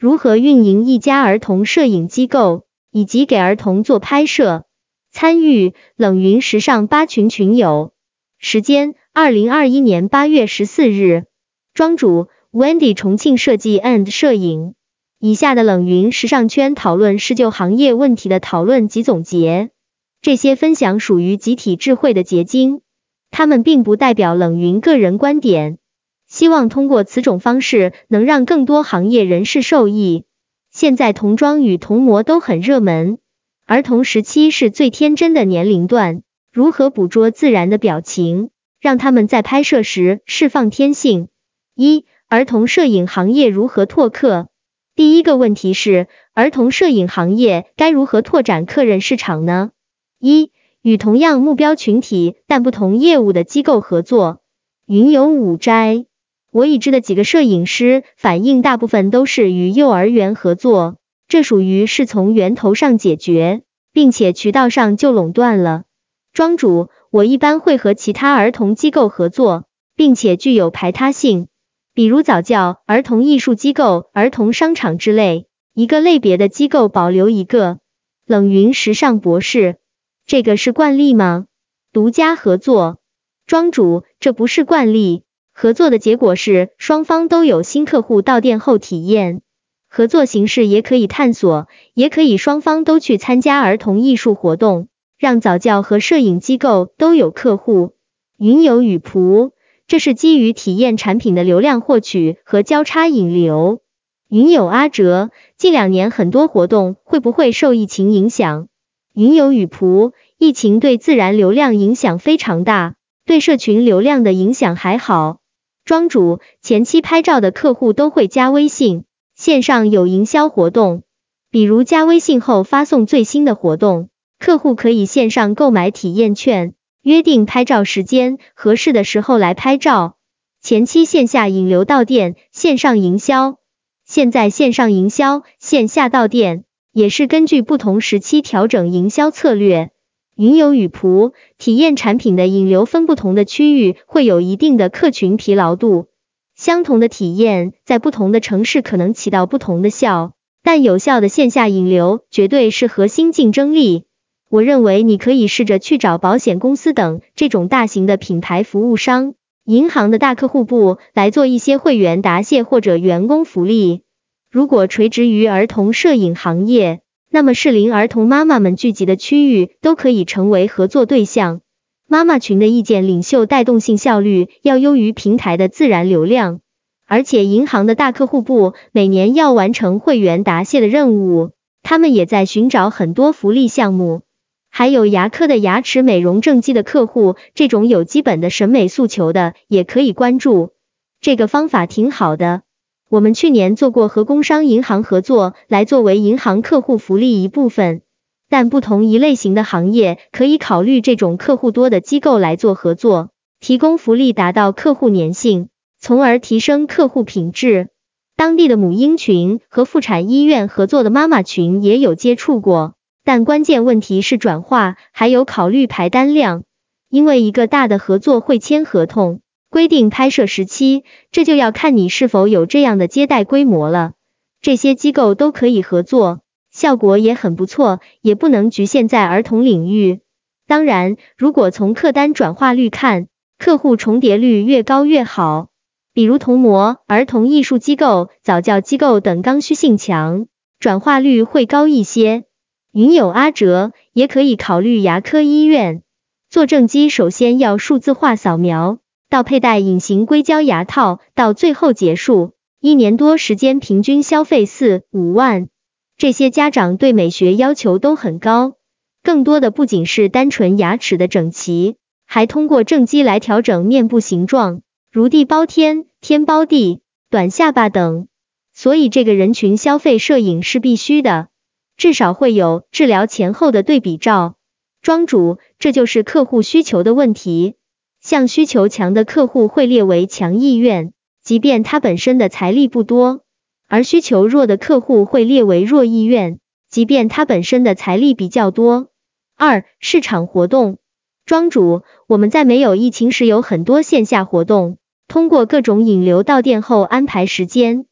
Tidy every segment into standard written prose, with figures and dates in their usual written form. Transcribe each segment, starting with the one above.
如何运营一家儿童摄影机构，以及给儿童做拍摄。参与冷云时尚8群群友。时间2021年8月14日。庄主 Wendy 重庆设计 and 摄影。以下的冷云时尚圈讨论是就行业问题的讨论及总结，这些分享属于集体智慧的结晶，它们并不代表冷云个人观点，希望通过此种方式能让更多行业人士受益。现在童装与童模都很热门，儿童时期是最天真的年龄段，如何捕捉自然的表情，让他们在拍摄时释放天性。儿童摄影行业如何拓客？第一个问题是，儿童摄影行业该如何拓展客人市场呢？与同样目标群体但不同业务的机构合作。云游五斋，我已知的几个摄影师反映大部分都是与幼儿园合作，这属于是从源头上解决，并且渠道上就垄断了。庄主，我一般会和其他儿童机构合作，并且具有排他性，比如早教、儿童艺术机构、儿童商场之类，一个类别的机构保留一个。冷云时尚博士，这个是惯例吗？独家合作。庄主，这不是惯例，合作的结果是双方都有新客户到店后体验。合作形式也可以探索，也可以双方都去参加儿童艺术活动，让早教和摄影机构都有客户。云游与仆，这是基于体验产品的流量获取和交叉引流。云游阿哲，近2年很多活动会不会受疫情影响？云游与仆，疫情对自然流量影响非常大，对社群流量的影响还好。庄主，前期拍照的客户都会加微信，线上有营销活动，比如加微信后发送最新的活动，客户可以线上购买体验券，约定拍照时间，合适的时候来拍照。前期线下引流到店，线上营销。现在线上营销，线下到店，也是根据不同时期调整营销策略。云游与仆，体验产品的引流分不同的区域会有一定的客群疲劳度，相同的体验在不同的城市可能起到不同的效，但有效的线下引流绝对是核心竞争力。我认为你可以试着去找保险公司等这种大型的品牌服务商、银行的大客户部来做一些会员答谢或者员工福利。如果垂直于儿童摄影行业，那么适龄儿童妈妈们聚集的区域都可以成为合作对象。妈妈群的意见领袖带动性效率要优于平台的自然流量，而且银行的大客户部每年要完成会员答谢的任务，他们也在寻找很多福利项目。还有牙科的牙齿美容正畸的客户，这种有基本的审美诉求的也可以关注。这个方法挺好的。我们去年做过和工商银行合作，来作为银行客户福利一部分，但不同一类型的行业可以考虑这种客户多的机构来做合作，提供福利达到客户粘性，从而提升客户品质。当地的母婴群和妇产医院合作的妈妈群也有接触过，但关键问题是转化，还有考虑排单量，因为一个大的合作会签合同，规定拍摄时期，这就要看你是否有这样的接待规模了。这些机构都可以合作，效果也很不错，也不能局限在儿童领域。当然，如果从客单转化率看，客户重叠率越高越好，比如童模、儿童艺术机构、早教机构等刚需性强，转化率会高一些。云游阿哲，也可以考虑牙科医院。做正畸首先要数字化扫描，到佩戴隐形硅胶牙套，到最后结束，1年多时间平均消费4、5万。这些家长对美学要求都很高，更多的不仅是单纯牙齿的整齐，还通过正畸来调整面部形状，如地包天、天包地、短下巴等。所以这个人群消费摄影是必须的，至少会有治疗前后的对比照。庄主，这就是客户需求的问题。像需求强的客户会列为强意愿，即便他本身的财力不多，而需求弱的客户会列为弱意愿，即便他本身的财力比较多。市场活动。庄主，我们在没有疫情时有很多线下活动，通过各种引流到店后安排时间，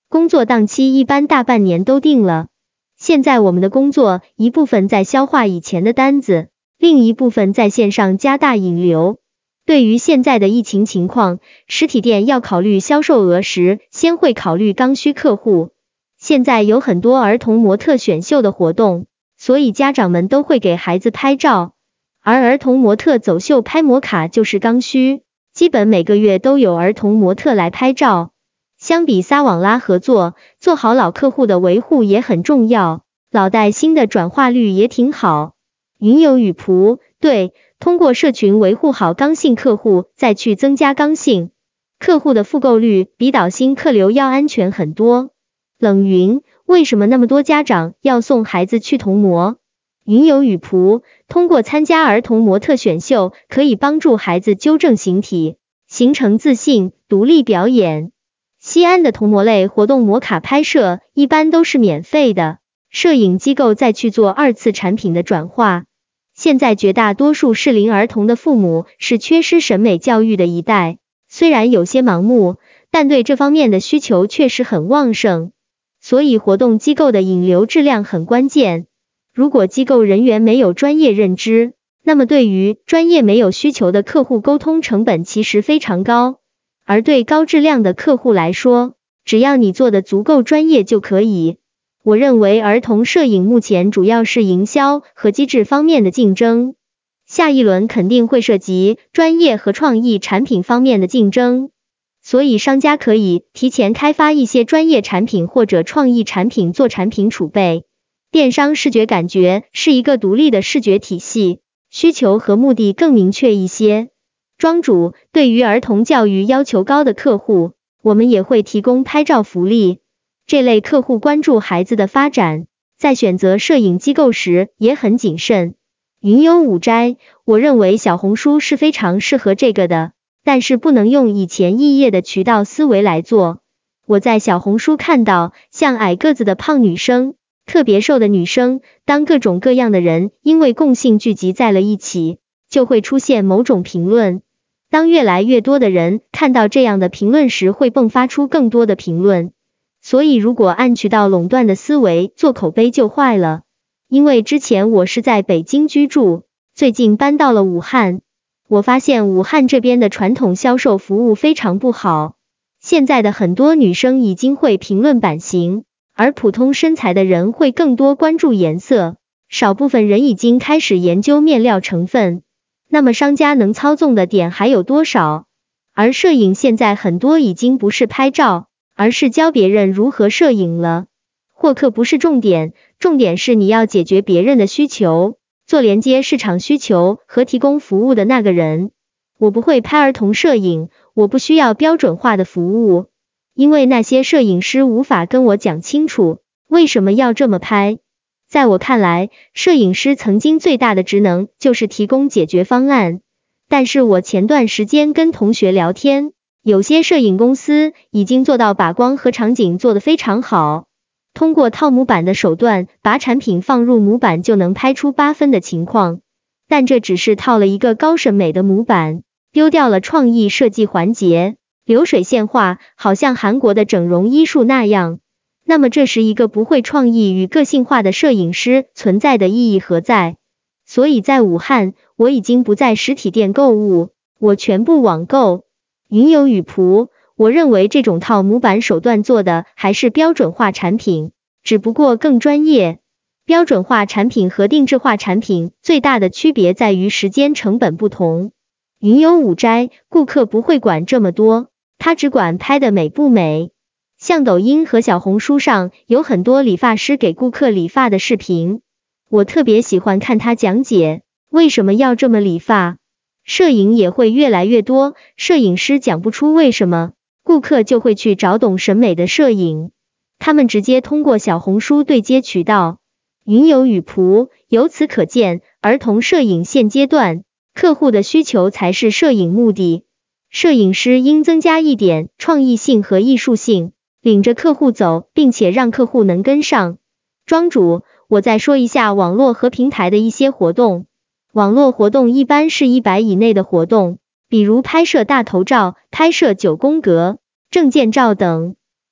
工作档期一般大半年都定了。现在我们的工作一部分在消化以前的单子，另一部分在线上加大引流。对于现在的疫情情况，实体店要考虑销售额时，先会考虑刚需客户。现在有很多儿童模特选秀的活动，所以家长们都会给孩子拍照，而儿童模特走秀拍模卡就是刚需，基本每个月都有儿童模特来拍照。相比撒网拉合作，做好老客户的维护也很重要，老带新的转化率也挺好。云游雨仆，对，通过社群维护好刚性客户，再去增加刚性客户的复购率比导新客流要安全很多。冷云，为什么那么多家长要送孩子去童模？云游雨仆，通过参加儿童模特选秀，可以帮助孩子纠正形体，形成自信，独立表演。西安的童模类活动模卡拍摄一般都是免费的，摄影机构再去做二次产品的转化。现在绝大多数适龄儿童的父母是缺失审美教育的一代，虽然有些盲目，但对这方面的需求确实很旺盛，所以活动机构的引流质量很关键。如果机构人员没有专业认知，那么对于专业没有需求的客户沟通成本其实非常高。而对高质量的客户来说，只要你做的足够专业就可以。我认为儿童摄影目前主要是营销和机制方面的竞争，下一轮肯定会涉及专业和创意产品方面的竞争，所以商家可以提前开发一些专业产品或者创意产品做产品储备。电商视觉感觉是一个独立的视觉体系，需求和目的更明确一些。庄主，对于儿童教育要求高的客户，我们也会提供拍照福利。这类客户关注孩子的发展，在选择摄影机构时也很谨慎。云游五斋，我认为小红书是非常适合这个的，但是不能用以前异业的渠道思维来做。我在小红书看到，像矮个子的胖女生，特别瘦的女生，当各种各样的人因为共性聚集在了一起，就会出现某种评论。当越来越多的人看到这样的评论时，会迸发出更多的评论。所以如果按渠道垄断的思维做口碑就坏了。因为之前我是在北京居住，最近搬到了武汉，我发现武汉这边的传统销售服务非常不好。现在的很多女生已经会评论版型，而普通身材的人会更多关注颜色，少部分人已经开始研究面料成分。那么商家能操纵的点还有多少？而摄影现在很多已经不是拍照，而是教别人如何摄影了。获客不是重点，重点是你要解决别人的需求，做连接市场需求和提供服务的那个人。我不会拍儿童摄影，我不需要标准化的服务，因为那些摄影师无法跟我讲清楚为什么要这么拍。在我看来，摄影师曾经最大的职能就是提供解决方案。但是我前段时间跟同学聊天，有些摄影公司已经做到把光和场景做得非常好，通过套模板的手段把产品放入模板就能拍出8分的情况。但这只是套了一个高审美的模板，丢掉了创意设计环节，流水线化，好像韩国的整容医术那样。那么这是一个不会创意与个性化的摄影师存在的意义何在？所以在武汉，我已经不在实体店购物，我全部网购。云游雨仆，我认为这种套模板手段做的还是标准化产品，只不过更专业。标准化产品和定制化产品最大的区别在于时间成本不同。云游五斋，顾客不会管这么多，他只管拍的美不美。像抖音和小红书上有很多理发师给顾客理发的视频，我特别喜欢看他讲解为什么要这么理发。摄影也会越来越多，摄影师讲不出为什么，顾客就会去找懂审美的摄影，他们直接通过小红书对接渠道。云游雨仆，由此可见，儿童摄影现阶段客户的需求才是摄影目的，摄影师应增加一点创意性和艺术性，领着客户走，并且让客户能跟上。庄主，我再说一下网络和平台的一些活动。网络活动一般是100以内的活动，比如拍摄大头照、拍摄9宫格、证件照等。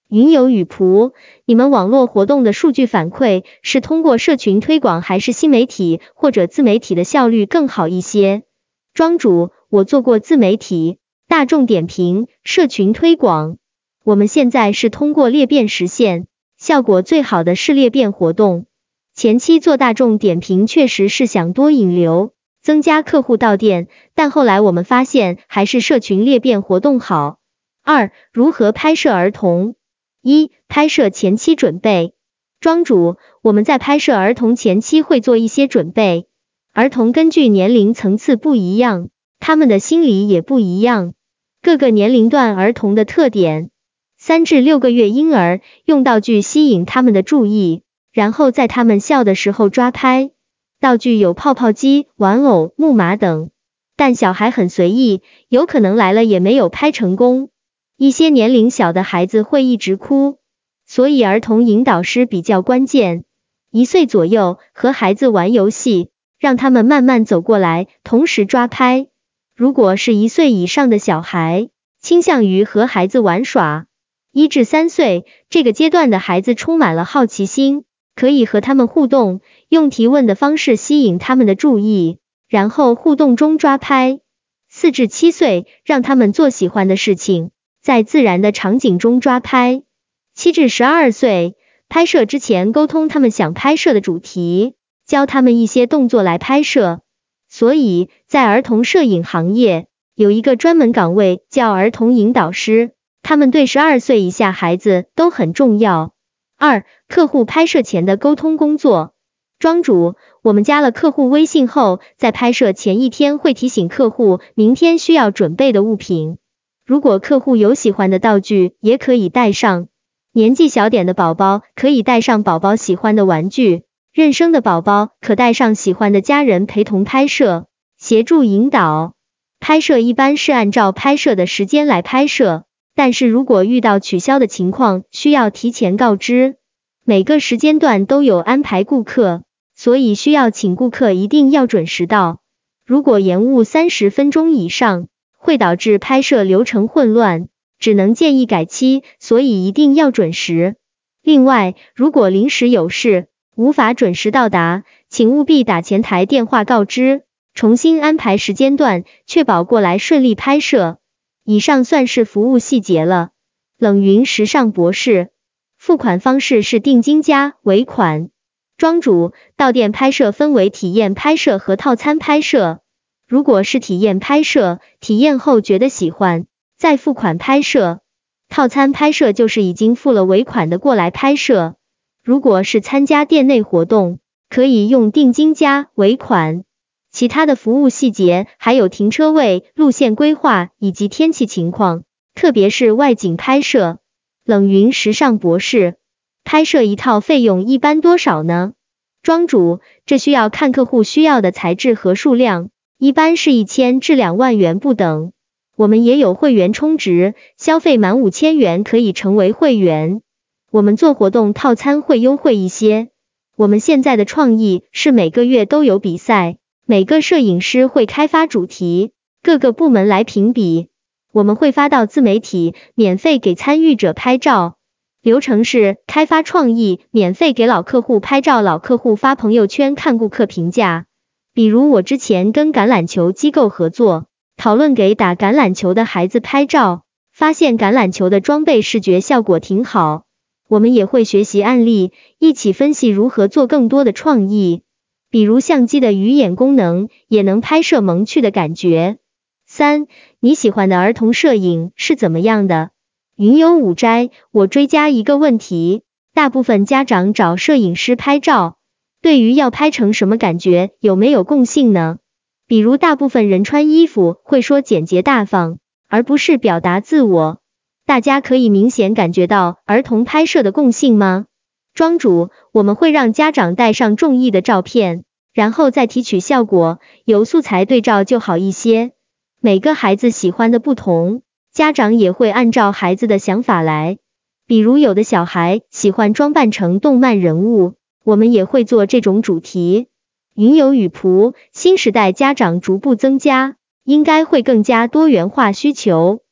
云友与仆，你们网络活动的数据反馈是通过社群推广还是新媒体或者自媒体的效率更好一些？庄主，我做过自媒体、大众点评、社群推广，我们现在是通过裂变实现，效果最好的是裂变活动。前期做大众点评确实是想多引流，增加客户到店，但后来我们发现还是社群裂变活动好。2. 如何拍摄儿童？1. 拍摄前期准备。庄主，我们在拍摄儿童前期会做一些准备。儿童根据年龄层次不一样，他们的心理也不一样，各个年龄段儿童的特点。3至6个月婴儿，用道具吸引他们的注意，然后在他们笑的时候抓拍。道具有泡泡机、玩偶、木马等，但小孩很随意，有可能来了也没有拍成功。一些年龄小的孩子会一直哭，所以儿童引导师比较关键。1岁左右和孩子玩游戏，让他们慢慢走过来，同时抓拍。如果是1岁以上的小孩，倾向于和孩子玩耍。1至3岁，这个阶段的孩子充满了好奇心，可以和他们互动，用提问的方式吸引他们的注意，然后互动中抓拍。4至7岁，让他们做喜欢的事情，在自然的场景中抓拍。7至12岁，拍摄之前沟通他们想拍摄的主题，教他们一些动作来拍摄。所以，在儿童摄影行业，有一个专门岗位叫儿童引导师，他们对12岁以下孩子都很重要。2. 客户拍摄前的沟通工作。庄主，我们加了客户微信后，在拍摄前一天会提醒客户明天需要准备的物品。如果客户有喜欢的道具，也可以带上。年纪小点的宝宝可以带上宝宝喜欢的玩具，妊娠的宝宝可带上喜欢的家人陪同拍摄，协助引导。拍摄一般是按照拍摄的时间来拍摄，但是如果遇到取消的情况，需要提前告知。每个时间段都有安排顾客，所以需要请顾客一定要准时到。如果延误30分钟以上，会导致拍摄流程混乱，只能建议改期，所以一定要准时。另外，如果临时有事，无法准时到达，请务必打前台电话告知，重新安排时间段，确保过来顺利拍摄。以上算是服务细节了。冷云时尚博士，付款方式是定金加尾款。庄主，到店拍摄分为体验拍摄和套餐拍摄。如果是体验拍摄，体验后觉得喜欢，再付款拍摄。套餐拍摄就是已经付了尾款的过来拍摄。如果是参加店内活动，可以用定金加尾款。其他的服务细节还有停车位、路线规划以及天气情况，特别是外景拍摄。冷云时尚博士，拍摄一套费用一般多少呢？庄主，这需要看客户需要的材质和数量，一般是1000至2万元不等。我们也有会员充值，消费满5000元可以成为会员。我们做活动套餐会优惠一些。我们现在的创意是每个月都有比赛，每个摄影师会开发主题，各个部门来评比。我们会发到自媒体，免费给参与者拍照。流程是开发创意，免费给老客户拍照，老客户发朋友圈看顾客评价。比如我之前跟橄榄球机构合作，讨论给打橄榄球的孩子拍照，发现橄榄球的装备视觉效果挺好。我们也会学习案例，一起分析如何做更多的创意。比如相机的鱼眼功能，也能拍摄萌趣的感觉。3. 你喜欢的儿童摄影是怎么样的？云游五斋，我追加一个问题，大部分家长找摄影师拍照，对于要拍成什么感觉有没有共性呢？比如大部分人穿衣服会说简洁大方，而不是表达自我，大家可以明显感觉到儿童拍摄的共性吗？庄主，我们会让家长带上中意的照片，然后再提取效果，由素材对照就好一些。每个孩子喜欢的不同，家长也会按照孩子的想法来。比如有的小孩喜欢装扮成动漫人物，我们也会做这种主题。云游与仆，新时代家长逐步增加，应该会更加多元化需求。